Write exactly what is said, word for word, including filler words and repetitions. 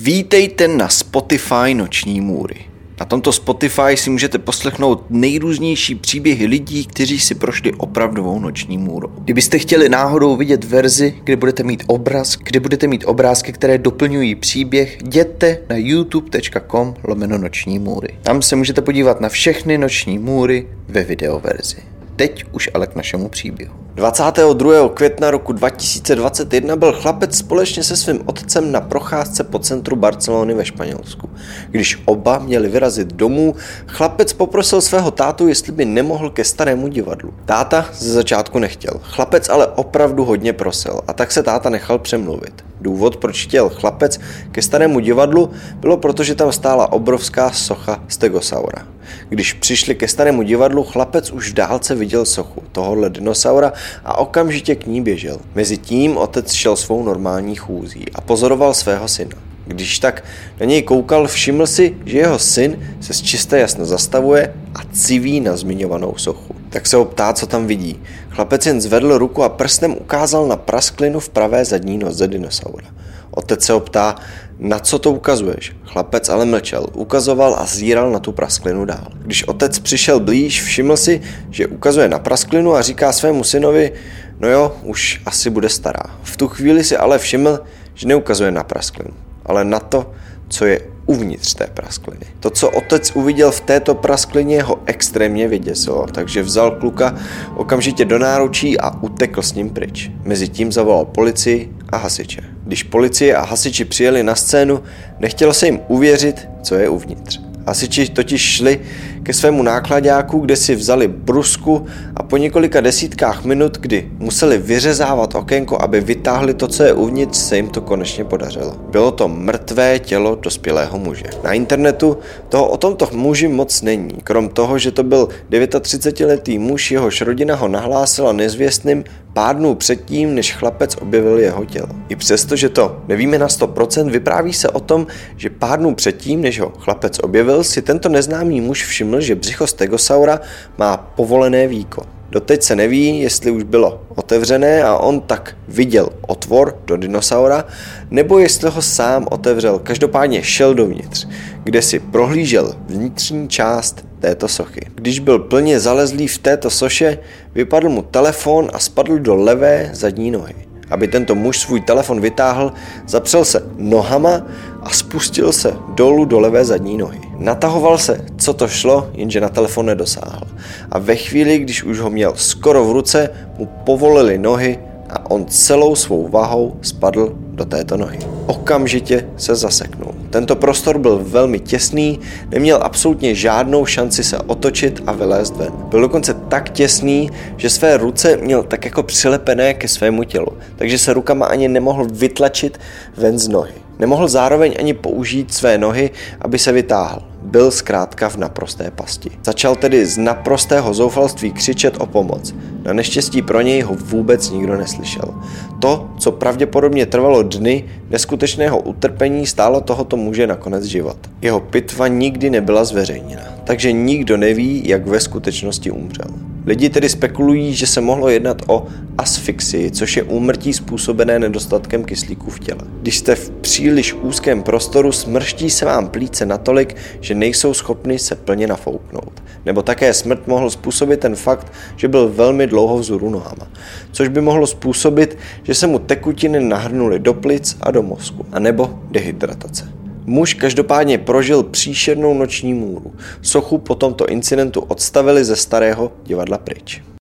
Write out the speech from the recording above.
Vítejte na Spotify Noční můry. Na tomto Spotify si můžete poslechnout nejrůznější příběhy lidí, kteří si prošli opravdovou noční můrou. Kdybyste chtěli náhodou vidět verzi, kde budete mít obraz, kde budete mít obrázky, které doplňují příběh, jděte na youtube tečka com lomeno noční můry. Tam se můžete podívat na všechny noční můry ve videoverzi. Teď už ale k našemu příběhu. dvacátého druhého května roku dva tisíce dvacet jedna byl chlapec společně se svým otcem na procházce po centru Barcelony ve Španělsku. Když oba měli vyrazit domů, chlapec poprosil svého tátu, jestli by nemohl ke starému divadlu. Táta ze začátku nechtěl, chlapec ale opravdu hodně prosil a tak se táta nechal přemluvit. Důvod, proč chtěl chlapec ke starému divadlu, bylo proto, že tam stála obrovská socha stegosaura. Když přišli ke starému divadlu, chlapec už v dálce viděl sochu tohohle dinosaura a okamžitě k ní běžel. Mezitím otec šel svou normální chůzí a pozoroval svého syna. Když tak na něj koukal, všiml si, že jeho syn se zčista jasno zastavuje a civí na zmiňovanou sochu. Tak se ho ptá, co tam vidí. Chlapec jen zvedl ruku a prstem ukázal na prasklinu v pravé zadní noze dinosaura. Otec se ho ptá, na co to ukazuješ? Chlapec ale mlčel, ukazoval a zíral na tu prasklinu dál. Když otec přišel blíž, všiml si, že ukazuje na prasklinu a říká svému synovi, no jo, už asi bude stará. V tu chvíli si ale všiml, že neukazuje na prasklinu, ale na to, co je uvnitř té praskliny. To, co otec uviděl v této prasklině, ho extrémně vyděsilo, takže vzal kluka okamžitě do náručí a utekl s ním pryč. Mezitím zavolal policii a hasiče. Když policie a hasiči přijeli na scénu, nechtělo se jim uvěřit, co je uvnitř. Hasiči totiž šli ke svému nákladáku, kde si vzali brusku a po několika desítkách minut, kdy museli vyřezávat okénko, aby vytáhli to, co je uvnitř, se jim to konečně podařilo. Bylo to mrtvé tělo dospělého muže. Na internetu toho o tomto muži moc není, krom toho, že to byl třicetidevítiletý muž, jehož rodina ho nahlásila nezvěstným pár dnů předtím, než chlapec objevil jeho tělo. I přesto, že to nevíme na sto procent, vypráví se o tom, že pár dnů předtím, než ho chlapec objevil, si tento neznámý muž všiml, že břicho stegosaura má povolené víko. Doteď se neví, jestli už bylo otevřené a on tak viděl otvor do dinosaura, nebo jestli ho sám otevřel. Každopádně šel dovnitř, kde si prohlížel vnitřní část této sochy. Když byl plně zalezlý v této soše, vypadl mu telefon a spadl do levé zadní nohy. Aby tento muž svůj telefon vytáhl, zapřel se nohama a spustil se dolů do levé zadní nohy. Natahoval se, co to šlo, jenže na telefon nedosáhl. A ve chvíli, když už ho měl skoro v ruce, mu povolily nohy a on celou svou vahou spadl do této nohy. Okamžitě se zaseknul. Tento prostor byl velmi těsný, neměl absolutně žádnou šanci se otočit a vylézt ven. Byl dokonce tak těsný, že své ruce měl tak jako přilepené ke svému tělu, takže se rukama ani nemohl vytlačit ven z nohy. Nemohl zároveň ani použít své nohy, aby se vytáhl. Byl zkrátka v naprosté pasti. Začal tedy z naprostého zoufalství křičet o pomoc. Na neštěstí pro něj ho vůbec nikdo neslyšel. To, co pravděpodobně trvalo dny neskutečného utrpení, stálo tohoto muže nakonec život. Jeho pitva nikdy nebyla zveřejněna, takže nikdo neví, jak ve skutečnosti umřel. Lidi tedy spekulují, že se mohlo jednat o asfixii, což je úmrtí způsobené nedostatkem kyslíku v těle. Když jste v příliš úzkém prostoru, smrští se vám plíce natolik, že nejsou schopny se plně nafouknout. Nebo také smrt mohl způsobit ten fakt, že byl velmi dlouho vzhůru nohama, což by mohlo způsobit, že se mu tekutiny nahrnuly do plic a do mozku, anebo dehydratace. Muž každopádně prožil příšernou noční můru. Sochu po tomto incidentu odstavili ze starého divadla pryč.